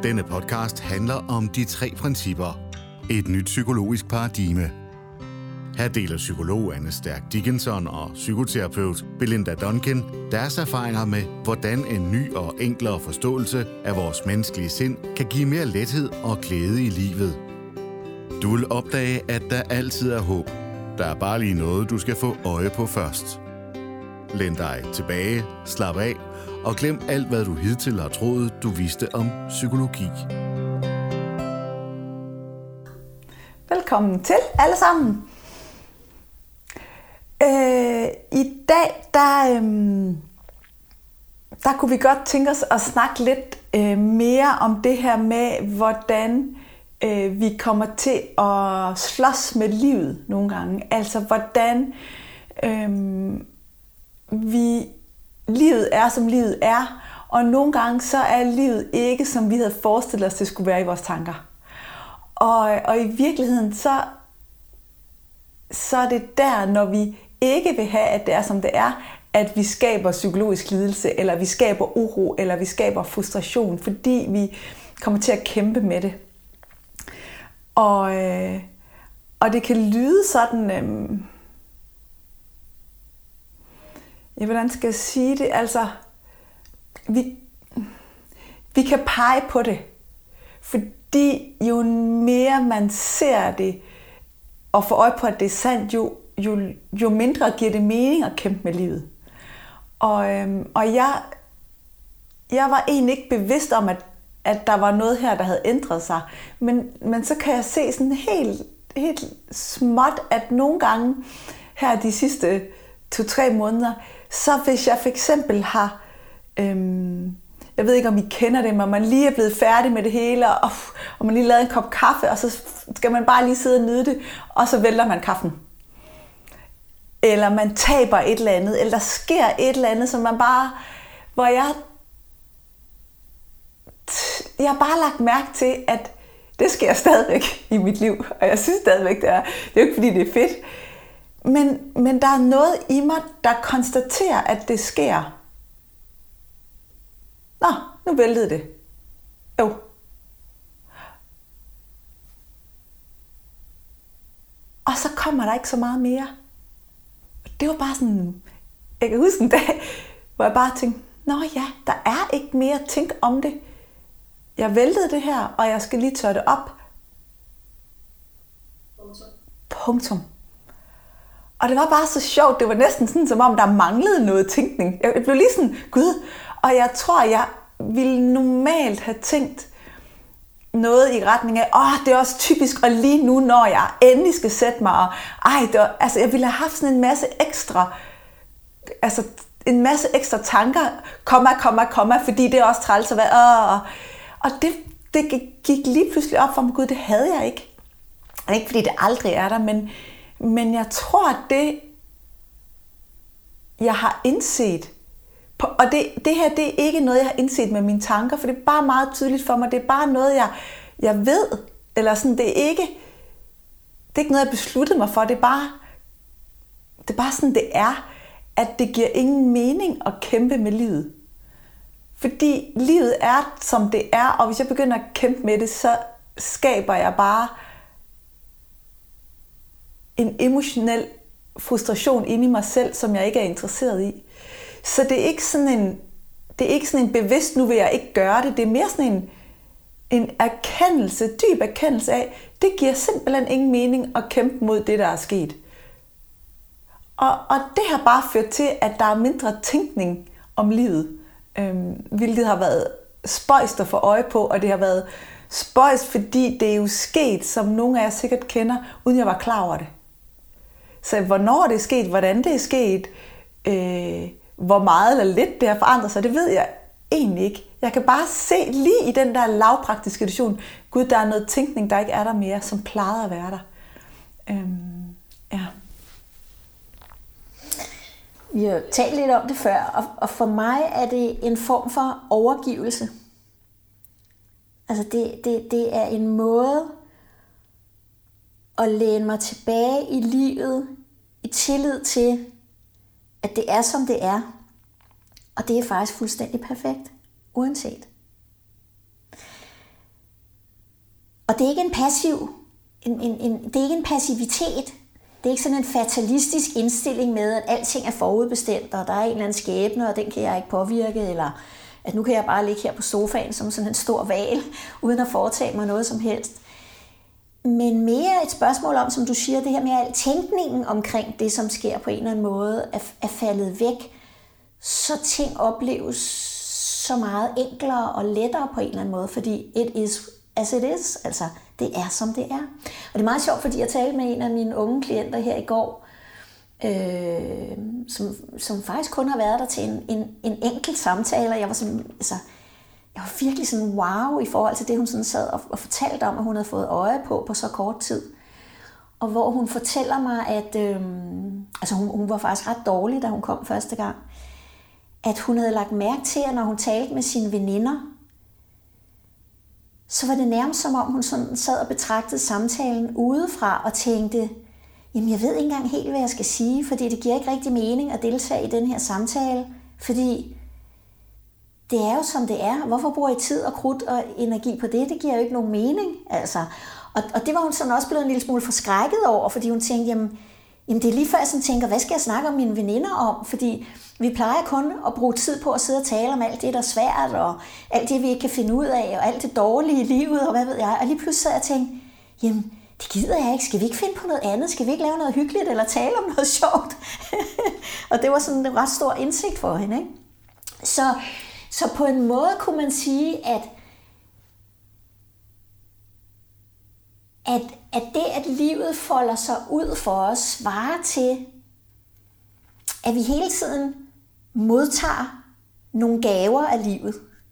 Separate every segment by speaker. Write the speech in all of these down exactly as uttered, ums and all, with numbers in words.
Speaker 1: Denne podcast handler om de tre principper. Et nyt psykologisk paradigme. Her deler psykolog Anne Stærk Dickinson og psykoterapeut Belinda Duncan deres erfaringer med, hvordan en ny og enklere forståelse af vores menneskelige sind kan give mere lethed og glæde i livet. Du vil opdage, at der altid er håb. Der er bare lige noget, du skal få øje på først. Læn dig tilbage, slap af og glem alt, hvad du hidtil har troet, du vidste om psykologi.
Speaker 2: Velkommen til alle sammen. Øh, I dag, der, øh, der kunne vi godt tænke os at snakke lidt øh, mere om det her med, hvordan øh, vi kommer til at slås med livet nogle gange. Altså, hvordan øh, vi, livet er, som livet er, og nogle gange så er livet ikke, som vi havde forestillet os, det skulle være i vores tanker. Og, og i virkeligheden, så, så er det der, når vi ikke vil have, at det er, som det er, at vi skaber psykologisk lidelse, eller vi skaber uro, eller vi skaber frustration, fordi vi kommer til at kæmpe med det. Og, øh, og det kan lyde sådan, øh, ja, hvordan skal jeg sige det? Altså, vi, vi kan pege på det, fordi jo mere man ser det, og får øje på, at det er sandt, jo, jo, jo mindre giver det mening at kæmpe med livet. Og, øhm, og jeg, jeg var egentlig ikke bevidst om, at, at der var noget her, der havde ændret sig. Men, men så kan jeg se sådan helt, helt småt, at nogle gange her de sidste to-tre måneder, så hvis jeg for eksempel har... Øhm, jeg ved ikke, om I kender det, men man lige er blevet færdig med det hele, og, og man lige lavet en kop kaffe, og så skal man bare lige sidde og nyde det, og så vælter man kaffen. Eller man taber et eller andet, eller der sker et eller andet, som man bare, hvor jeg, jeg har bare lagt mærke til, at det sker stadigvæk i mit liv, og jeg synes stadigvæk, det er, det er jo ikke fordi, det er fedt, men, men der er noget i mig, der konstaterer, at det sker. Nå, nu væltede det. Jo. Og så kommer der ikke så meget mere. Det var bare sådan, jeg kan huske en dag, hvor jeg bare tænkte, nå ja, der er ikke mere at tænke om det. Jeg væltede det her, og jeg skal lige tørre det op. Punktum. Punktum. Og det var bare så sjovt, det var næsten sådan, som om der manglede noget tænkning. Jeg blev lige sådan, gud, og jeg tror, jeg ville normalt have tænkt noget i retning af, åh, det er også typisk, og lige nu, når jeg endelig skal sætte mig, og ej, det var, altså, jeg ville have haft sådan en masse ekstra, altså en masse ekstra tanker, komma, komma, komma, fordi det er også træls at være, åh, og det, det gik lige pludselig op for mig, gud, det havde jeg ikke. Og ikke fordi det aldrig er der, men, men jeg tror, at det, jeg har indset, og det, det her, det er ikke noget, jeg har indset med mine tanker, for det er bare meget tydeligt for mig. Det er bare noget, jeg, jeg ved, eller sådan, det er ikke, det er ikke noget, jeg besluttede mig for. Det er bare, det er bare sådan, det er, at det giver ingen mening at kæmpe med livet. Fordi livet er, som det er, og hvis jeg begynder at kæmpe med det, så skaber jeg bare en emotionel frustration inde i mig selv, som jeg ikke er interesseret i. Så det er ikke sådan en, det er ikke sådan en bevidst, nu vil jeg ikke gøre det. Det er mere sådan en, en erkendelse, dyb erkendelse af, det giver simpelthen ingen mening at kæmpe mod det, der er sket. Og, og det har bare ført til, at der er mindre tænkning om livet, øhm, hvilket har været spøjst at få øje på, og det har været spøjst, fordi det er jo sket, som nogle af jer sikkert kender, uden jeg var klar over det. Så hvornår det er sket, hvordan det er sket, øh, hvor meget eller lidt det har forandret sig, det ved jeg egentlig ikke. Jeg kan bare se lige i den der lavpraktiske situation, gud, der er noget tænkning, der ikke er der mere, som plejede at være der. Øhm, ja.
Speaker 3: Vi har talt lidt om det før, og, og for mig er det en form for overgivelse. Altså det, det, det er en måde at læne mig tilbage i livet, i tillid til, at det er, som det er. Og det er faktisk fuldstændig perfekt, uanset. Og det er ikke en passiv, en, en, en, det er ikke en passivitet. Det er ikke sådan en fatalistisk indstilling med, at alting er forudbestemt, og der er en eller anden skæbne, og den kan jeg ikke påvirke, eller at nu kan jeg bare ligge her på sofaen som sådan en stor hval, uden at foretage mig noget som helst. Men mere et spørgsmål om, som du siger, det her med al tænkningen omkring det, som sker på en eller anden måde, er, er faldet væk, så ting opleves så meget enklere og lettere på en eller anden måde, fordi it is as it is, altså det er som det er. Og det er meget sjovt, fordi jeg talte med en af mine unge klienter her i går, øh, som, som faktisk kun har været der til en, en, en enkelt samtale, og jeg var sådan, altså, jeg var virkelig sådan wow i forhold til det, hun sådan sad og, og fortalte om, at hun havde fået øje på på så kort tid. Og hvor hun fortæller mig, at øh, altså hun, hun var faktisk ret dårlig, da hun kom første gang, at hun havde lagt mærke til, at når hun talte med sine veninder, så var det nærmest som om, hun sådan sad og betragtede samtalen udefra og tænkte, jamen jeg ved ikke engang helt, hvad jeg skal sige, fordi det giver ikke rigtig mening at deltage i den her samtale, fordi det er jo som det er. Hvorfor bruger I tid og krudt og energi på det? Det giver jo ikke nogen mening, altså. Og, og det var hun sådan også blevet en lille smule forskrækket over, fordi hun tænkte, jamen, jamen det er lige før jeg sådan tænker, hvad skal jeg snakke om mine veninder om? Fordi vi plejer kun at bruge tid på at sidde og tale om alt det, der er svært, og alt det, vi ikke kan finde ud af, og alt det dårlige i livet, og hvad ved jeg. Og lige pludselig sad jeg og tænkte, jamen, det gider jeg ikke. Skal vi ikke finde på noget andet? Skal vi ikke lave noget hyggeligt, eller tale om noget sjovt? Og det var sådan en ret stor indsigt for hende, ikke? Så, så på en måde kunne man sige, at, at, at det, at livet folder sig ud for os, svarer til, at vi hele tiden modtager nogle gaver af livet.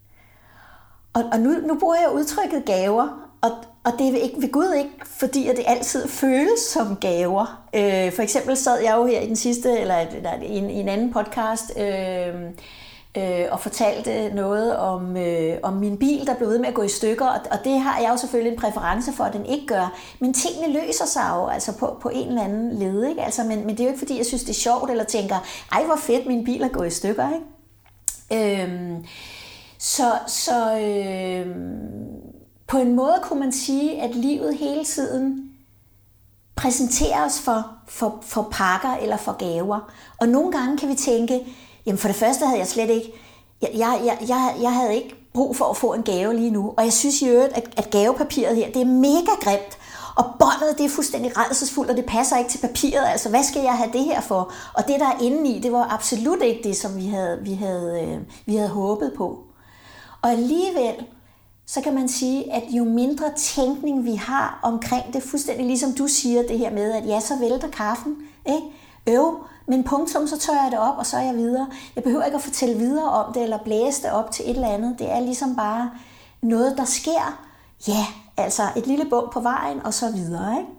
Speaker 3: Og, og nu, nu bruger jeg udtrykket gaver, og, og det er ikke ved Gud ikke, fordi at det altid føles som gaver. Øh, for eksempel sad jeg jo her i den sidste, eller, eller i, en, i en anden podcast, øh, øh, og fortalte noget om, øh, om min bil, der blev ved med at gå i stykker, og, og det har jeg jo selvfølgelig en præference for, at den ikke gør. Men tingene løser sig jo altså på, på en eller anden led, ikke? Altså, men, men det er jo ikke, fordi jeg synes, det er sjovt, eller tænker, ej, hvor fedt, min bil er gået i stykker, ikke? Øh, så så øh, på en måde kunne man sige, at livet hele tiden præsenterer os for, for, for pakker eller for gaver. Og nogle gange kan vi tænke, jamen for det første havde jeg slet ikke, jeg, jeg, jeg, jeg havde ikke brug for at få en gave lige nu. Og jeg synes i øvrigt, at, at gavepapiret her, det er mega grimt. Og båndet, det er fuldstændig rædselsfuldt, og det passer ikke til papiret. Altså, hvad skal jeg have det her for? Og det, der er inde i, det var absolut ikke det, som vi havde, vi havde, øh, vi havde håbet på. Og alligevel, så kan man sige, at jo mindre tænkning vi har omkring det, fuldstændig ligesom du siger det her med, at ja, så vælter kaffen, ikke? Øv, men punktum, så tørrer jeg det op, og så er jeg videre. Jeg behøver ikke at fortælle videre om det, eller blæse det op til et eller andet. Det er ligesom bare noget, der sker. Ja, altså et lille bump på vejen, og så videre, ikke?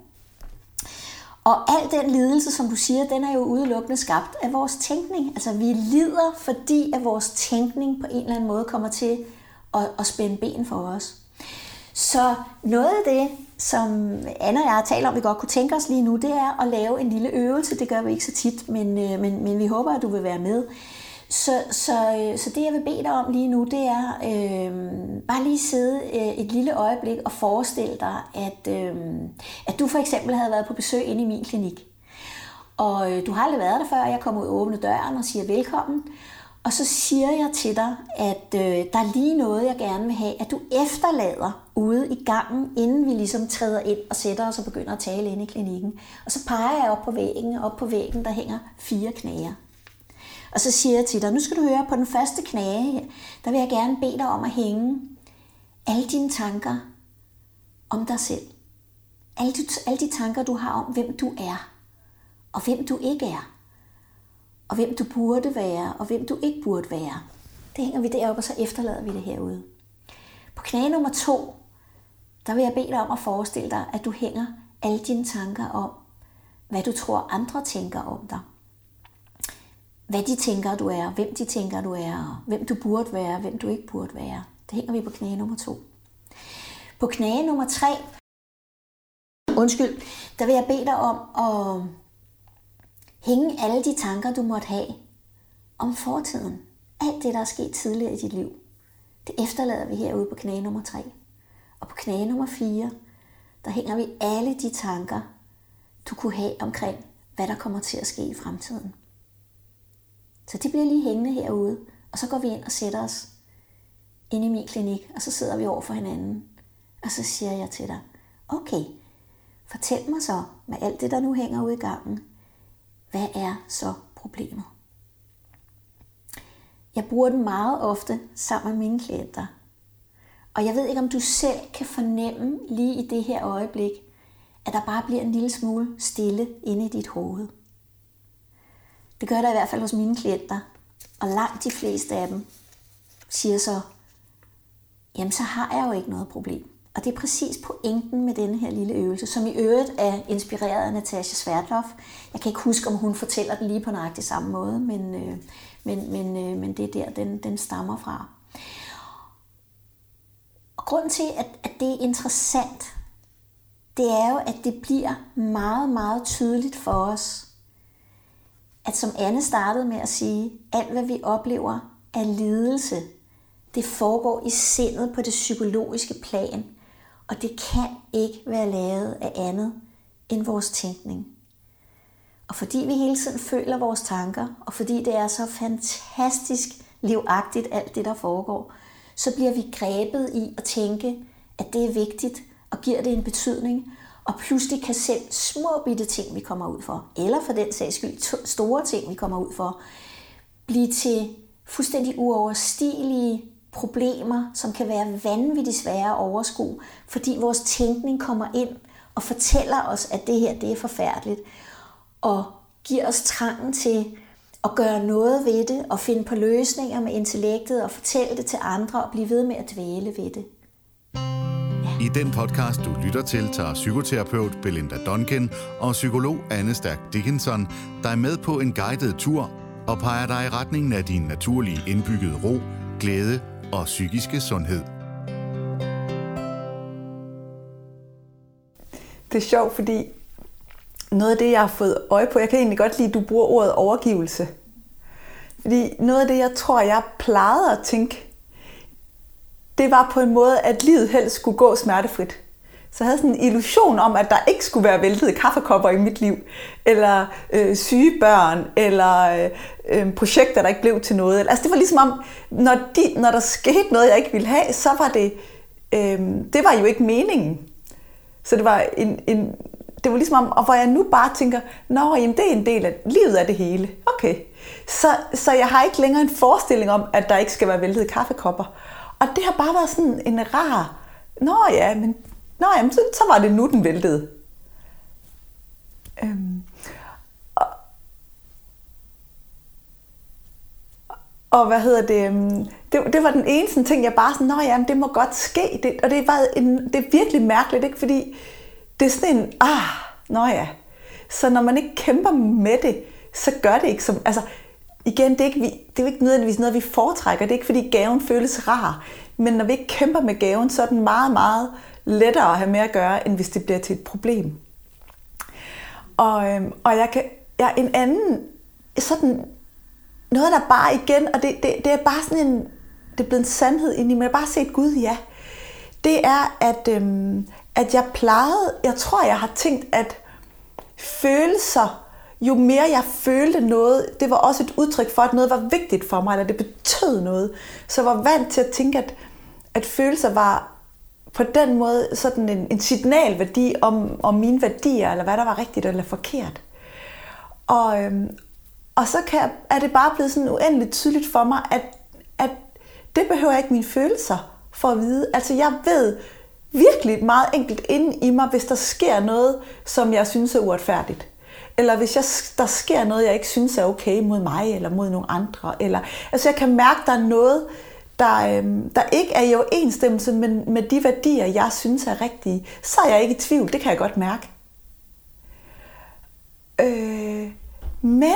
Speaker 3: Og al den lidelse, som du siger, den er jo udelukkende skabt af vores tænkning. Altså vi lider, fordi at vores tænkning på en eller anden måde kommer til at, at spænde ben for os. Så noget af det, som Anna og jeg taler om, vi godt kunne tænke os lige nu, det er at lave en lille øvelse. Det gør vi ikke så tit, men, men, men vi håber, at du vil være med. Så, så, så det, jeg vil bede dig om lige nu, det er øh, bare lige sidde øh, et lille øjeblik og forestille dig, at, øh, at du for eksempel havde været på besøg inde i min klinik. Og øh, du har aldrig været der før, jeg kommer ud og åbner døren og siger velkommen. Og så siger jeg til dig, at øh, der er lige noget, jeg gerne vil have, at du efterlader ude i gangen, inden vi ligesom træder ind og sætter os og begynder at tale inde i klinikken. Og så peger jeg op på væggen, og op på væggen, der hænger fire knager. Og så siger jeg til dig, nu skal du høre på den første knage, der vil jeg gerne bede dig om at hænge alle dine tanker om dig selv. Alle de, alle de tanker, du har om, hvem du er, og hvem du ikke er. Og hvem du burde være, og hvem du ikke burde være. Det hænger vi deroppe, og så efterlader vi det herude. På knage nummer to, der vil jeg bede dig om at forestille dig, at du hænger alle dine tanker om, hvad du tror andre tænker om dig. Hvad de tænker, du er, hvem de tænker, du er, og hvem du burde være, hvem du ikke burde være. Det hænger vi på knage nummer to. På knage nummer tre, undskyld, der vil jeg bede dig om at hænge alle de tanker, du måtte have om fortiden. Alt det, der er sket tidligere i dit liv. Det efterlader vi herude på knage nummer tre. Og på knage nummer fire, der hænger vi alle de tanker, du kunne have omkring, hvad der kommer til at ske i fremtiden. Så de bliver lige hængende herude, og så går vi ind og sætter os ind i min klinik, og så sidder vi over for hinanden, og så siger jeg til dig, okay, fortæl mig så, med alt det, der nu hænger ude i gangen, hvad er så problemet? Jeg bruger den meget ofte sammen med mine klienter, og jeg ved ikke, om du selv kan fornemme lige i det her øjeblik, at der bare bliver en lille smule stille inde i dit hoved. Det gør der i hvert fald hos mine klienter, og langt de fleste af dem siger så, jamen så har jeg jo ikke noget problem. Og det er præcis pointen med denne her lille øvelse, som i øvrigt er inspireret af Natasha Sverdlov. Jeg kan ikke huske, om hun fortæller den lige på nøjagtig samme måde, men, øh, men, men, øh, men det er der, den, den stammer fra. Og grunden til, at, at det er interessant, det er jo, at det bliver meget, meget tydeligt for os, at som Anne startede med at sige, alt hvad vi oplever er lidelse, det foregår i sindet på det psykologiske plan, og det kan ikke være lavet af andet end vores tænkning. Og fordi vi hele tiden føler vores tanker, og fordi det er så fantastisk livagtigt alt det, der foregår, så bliver vi grebet i at tænke, at det er vigtigt, og giver det en betydning, og pludselig kan selv små bitte ting, vi kommer ud for, eller for den sags skyld store ting, vi kommer ud for, blive til fuldstændig uoverstigelige problemer, som kan være vanvittigt svære at overskue, fordi vores tænkning kommer ind og fortæller os, at det her det er forfærdeligt, og giver os trangen til at gøre noget ved det, og finde på løsninger med intellektet, og fortælle det til andre, og blive ved med at dvæle ved det.
Speaker 1: I den podcast, du lytter til, tager psykoterapeut Belinda Duncan og psykolog Anne Stærk Dickinson dig med på en guided tur og peger dig i retningen af din naturlige indbyggede ro, glæde og psykiske sundhed.
Speaker 2: Det er sjovt, fordi noget af det, jeg har fået øje på, jeg kan egentlig godt lide, at du bruger ordet overgivelse. Fordi noget af det, jeg tror, jeg plejede at tænke, det var på en måde, at livet helst skulle gå smertefrit. Så jeg havde sådan en illusion om, at der ikke skulle være væltede kaffekopper i mit liv, eller øh, syge børn, eller øh, projekter, der ikke blev til noget. Altså det var ligesom om, når, de, når der skete noget, jeg ikke ville have, så var det, øh, det var jo ikke meningen. Så det var en, en det var ligesom om, og hvor jeg nu bare tænker, nå, jamen det er en del af livet af det hele. Okay. Så, så jeg har ikke længere en forestilling om, at der ikke skal være væltede kaffekopper. Og det har bare været sådan en rar, nå ja, men nå, jamen, så, så var det nu, den væltede. Øhm, og, og hvad hedder det, det, det var den ene sådan ting, jeg bare sådan, nå ja, det må godt ske. Det, og det er, en, det er virkelig mærkeligt, ikke? Fordi det er sådan en, ah, nå ja. Så når man ikke kæmper med det, så gør det ikke som, altså, igen, det er, ikke, det er jo ikke nødvendigvis noget, vi foretrækker. Det er ikke, fordi gaven føles rar. Men når vi ikke kæmper med gaven, så er den meget, meget lettere at have med at gøre, end hvis det bliver til et problem. Og, øhm, og jeg kan, jeg en anden, sådan noget, der bare igen, og det, det, det er bare sådan en, det er blevet en sandhed inde i mig, jeg har bare set Gud, ja. Det er, at, øhm, at jeg plejede, jeg tror, jeg har tænkt, at følelser, jo mere jeg følte noget, det var også et udtryk for, at noget var vigtigt for mig, eller det betød noget. Så jeg var vant til at tænke, at, at følelser var på den måde sådan en, en signalværdi om, om mine værdier, eller hvad der var rigtigt eller forkert. Og, øhm, og så kan jeg, er det bare blevet sådan uendeligt tydeligt for mig, at, at det behøver jeg ikke mine følelser for at vide. Altså jeg ved virkelig meget enkelt inde i mig, hvis der sker noget, som jeg synes er uretfærdigt. Eller hvis jeg, der sker noget, jeg ikke synes er okay mod mig, eller mod nogle andre. Eller, altså jeg kan mærke, der er noget, der, øhm, der ikke er i overensstemmelse med, med de værdier, jeg synes er rigtige. Så er jeg ikke i tvivl, det kan jeg godt mærke. Øh, men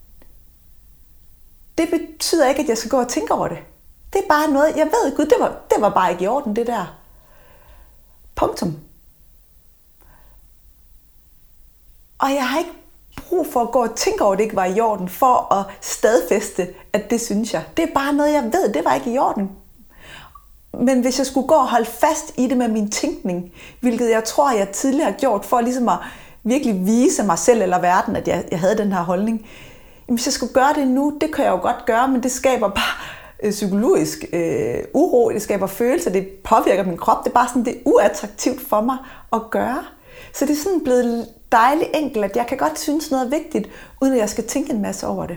Speaker 2: det betyder ikke, at jeg skal gå og tænke over det. Det er bare noget, jeg ved, Gud, det var, det var bare ikke i orden, det der. Punktum. Og jeg har ikke brug for at gå og tænke over, at det ikke var i orden, for at stadfæste, at det synes jeg. Det er bare noget, jeg ved, det var ikke i orden. men hvis jeg skulle gå og holde fast i det med min tænkning, hvilket jeg tror, jeg tidligere har gjort, for ligesom at virkelig vise mig selv eller verden, at jeg, jeg havde den her holdning. Hvis jeg skulle gøre det nu, det kan jeg jo godt gøre, men det skaber bare øh, psykologisk øh, uro, det skaber følelser, det påvirker min krop, det er bare sådan, det er uattraktivt for mig at gøre. Så det er sådan blevet dejligt enkelt, at jeg kan godt synes noget er vigtigt, uden at jeg skal tænke en masse over det.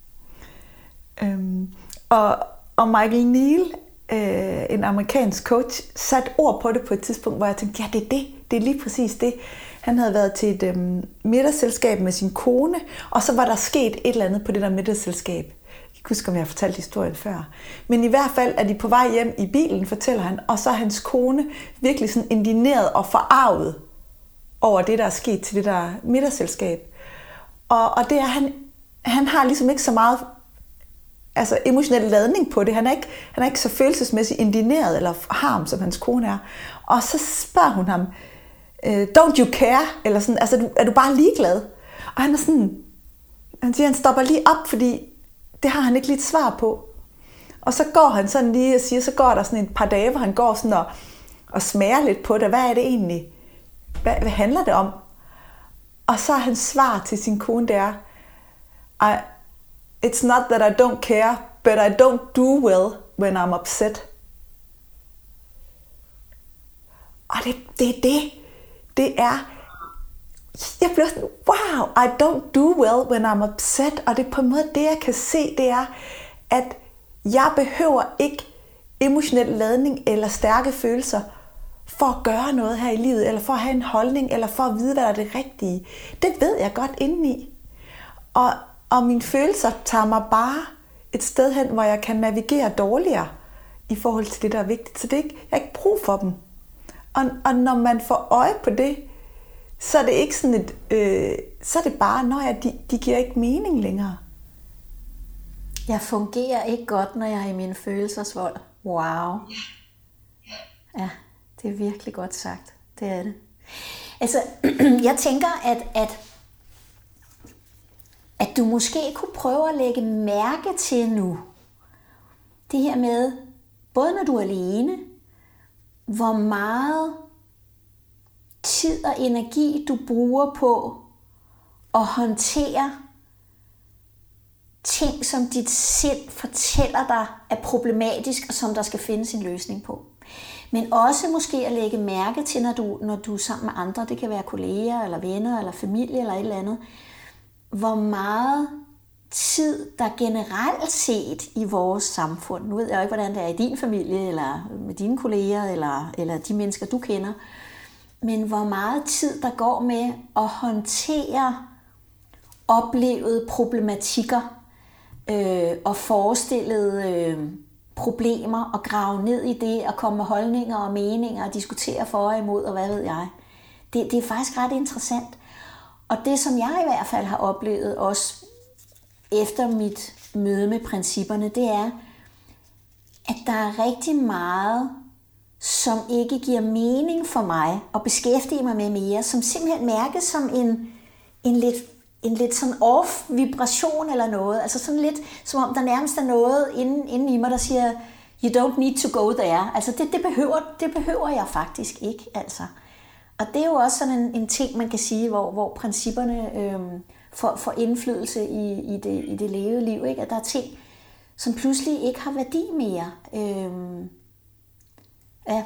Speaker 2: Øhm, og, og Michael Neill, øh, en amerikansk coach, satte ord på det på et tidspunkt, hvor jeg tænkte, ja, det er det, det er lige præcis det. Han havde været til et øhm, middagsselskab med sin kone, og så var der sket et eller andet på det der middagsselskab. Jeg kan ikke huske, om jeg har fortalt historien før. Men i hvert fald er de på vej hjem i bilen, fortæller han, og så er hans kone virkelig sådan indigneret og forarvet over det, der er sket til det der middagsselskab. Og, og det er, han, han har ligesom ikke så meget altså emotionel ladning på det. Han er ikke, han er ikke så følelsesmæssigt indigneret eller harm, som hans kone er. Og så spørger hun ham, don't you care? Eller sådan, altså, er du bare ligeglad? Og han er sådan, han siger, han stopper lige op, fordi det har han ikke lige et svar på. Og så går han sådan lige og siger, så går der sådan et par dage, hvor han går sådan og, og smager lidt på det. Hvad er det egentlig? Hvad, hvad handler det om? Og så er hans svar til sin kone, det er, I, it's not that I don't care, but I don't do well when I'm upset. Og det, det er det. Det er, jeg bliver sådan, wow, I don't do well when I'm upset. Og det er på en måde det, jeg kan se, det er, at jeg behøver ikke emotionel ladning eller stærke følelser for at gøre noget her i livet, eller for at have en holdning, eller for at vide, hvad der er det rigtige. Det ved jeg godt indeni. Og, og mine følelser tager mig bare et sted hen, hvor jeg kan navigere dårligere i forhold til det, der er vigtigt. Så det er ikke, jeg har ikke brug for dem. Og, og når man får øje på det, så er det ikke sådan et, øh, så er det bare, når jeg, de, de giver ikke mening længere.
Speaker 3: Jeg fungerer ikke godt, når jeg er i min følelsesvold. Wow. Ja, det er virkelig godt sagt. Det er det. Altså, jeg tænker, at, at, at du måske kunne prøve at lægge mærke til nu, det her med, både når du er alene, hvor meget tid og energi du bruger på at håndtere ting, som dit sind fortæller dig er problematisk, og som der skal findes en løsning på. Men også måske at lægge mærke til, når du, når du er sammen med andre, det kan være kolleger, eller venner, eller familie, eller et eller andet, hvor meget tid, der generelt set i vores samfund, nu ved jeg jo ikke, hvordan det er i din familie, eller med dine kolleger, eller, eller de mennesker, du kender, men hvor meget tid, der går med at håndtere oplevede problematikker, øh, og forestillede øh, problemer, og grave ned i det, og komme med holdninger og meninger, og diskutere for og imod, og hvad ved jeg. Det, det er faktisk ret interessant. Og det, som jeg i hvert fald har oplevet, også efter mit møde med principperne, det er, at der er rigtig meget, som ikke giver mening for mig at beskæftige mig med mere, som simpelthen mærkes som en, en lidt, en lidt sådan off-vibration eller noget. Altså sådan lidt, som om der nærmest er noget inde, inde i mig, der siger, you don't need to go there. Altså det, det, behøver, det behøver jeg faktisk ikke, altså. Og det er jo også sådan en, en ting, man kan sige, hvor, hvor principperne øh, får, får indflydelse i, i, det, i det levede liv, ikke? At der er ting, som pludselig ikke har værdi mere. Øh, ja.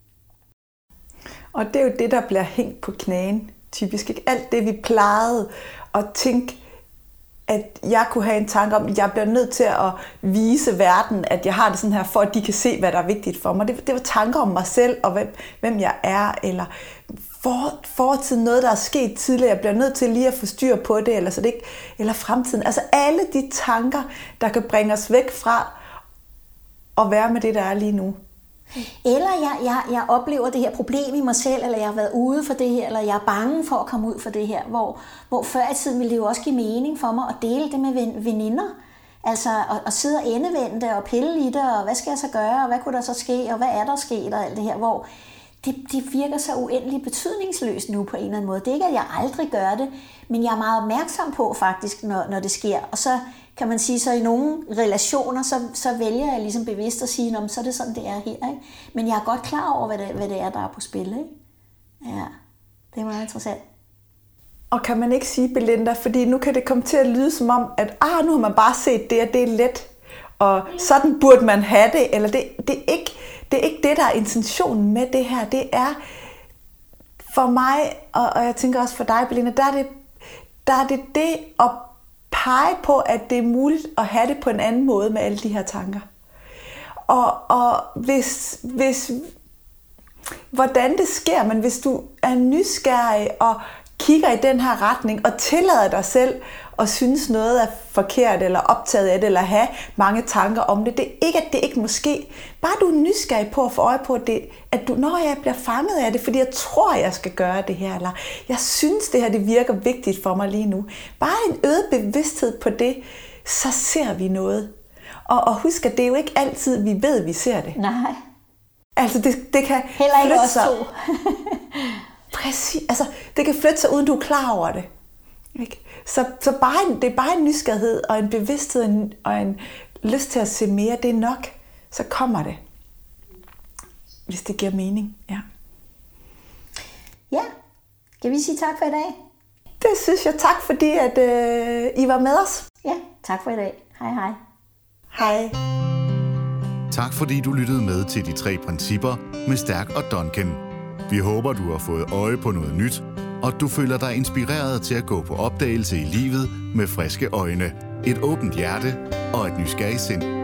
Speaker 2: Og det er jo det, der bliver hængt på knæen, typisk. Ikke? Alt det, vi plejede at tænke, at jeg kunne have en tanke om, at jeg bliver nødt til at vise verden, at jeg har det sådan her, for at de kan se, hvad der er vigtigt for mig. Det, det var tanker om mig selv, og hvem, hvem jeg er, eller for, fortiden, noget, der er sket tidligere, jeg bliver nødt til lige at få styr på det, eller, så det ikke, eller fremtiden. Altså alle de tanker, der kan bringe os væk fra at være med det, der er lige nu.
Speaker 3: Eller jeg, jeg, jeg oplever det her problem i mig selv, eller jeg har været ude for det her, eller jeg er bange for at komme ud for det her, hvor, hvor før i tiden ville det jo også give mening for mig at dele det med veninder. Altså at, at sidde og endevende det og pille i det, og hvad skal jeg så gøre, og hvad kunne der så ske, og hvad er der sket, og alt det her, hvor det, det virker så uendelig betydningsløst nu på en eller anden måde. Det er ikke, at jeg aldrig gør det, men jeg er meget opmærksom på faktisk, når, når det sker. Og så kan man sige, så i nogle relationer, så, så vælger jeg ligesom bevidst at sige, så er det sådan, det er her. Ikke? Men jeg er godt klar over, hvad det, hvad det er, der er på spil. Ikke? Ja, det er meget interessant.
Speaker 2: Og kan man ikke sige, Belinda, fordi nu kan det komme til at lyde som om, at ah, nu har man bare set det, og det er let, og sådan burde man have det, eller det, det, er ikke, det er ikke det, der er intentionen med det her. Det er for mig, og, og jeg tænker også for dig, Belinda, der er det der er det, det at pege på, at det er muligt at have det på en anden måde med alle de her tanker. Og, og hvis, hvis, hvordan det sker, men hvis du er nysgerrig og kigger i den her retning og tillader dig selv at synes noget er forkert eller optaget af det, eller have mange tanker om det. Det er ikke, at det ikke måske. Bare du er nysgerrig på at få øje på, det, at du, når jeg bliver fanget af det, fordi jeg tror, jeg skal gøre det her, eller jeg synes, det her det virker vigtigt for mig lige nu. Bare en øget bevidsthed på det, så ser vi noget. Og, og husk, at det er jo ikke altid, vi ved, vi ser det.
Speaker 3: Nej.
Speaker 2: Altså, det, det kan
Speaker 3: heller ikke os to.
Speaker 2: Præcis. Altså, det kan flytte sig, uden du er klar over det. Ikke? Så, så bare en, det er bare en nysgerrighed og en bevidsthed og en, og en lyst til at se mere, det er nok. Så kommer det. Hvis det giver mening. Ja.
Speaker 3: Ja. Skal vi sige tak for i dag?
Speaker 2: Det synes jeg. Tak fordi, at øh, I var med os.
Speaker 3: Ja, tak for i dag. Hej hej.
Speaker 2: Hej.
Speaker 1: Tak fordi du lyttede med til De Tre Principper med Stærk og Duncan. Vi håber, du har fået øje på noget nyt, og du føler dig inspireret til at gå på opdagelse i livet med friske øjne, et åbent hjerte og et nysgerrigt sind.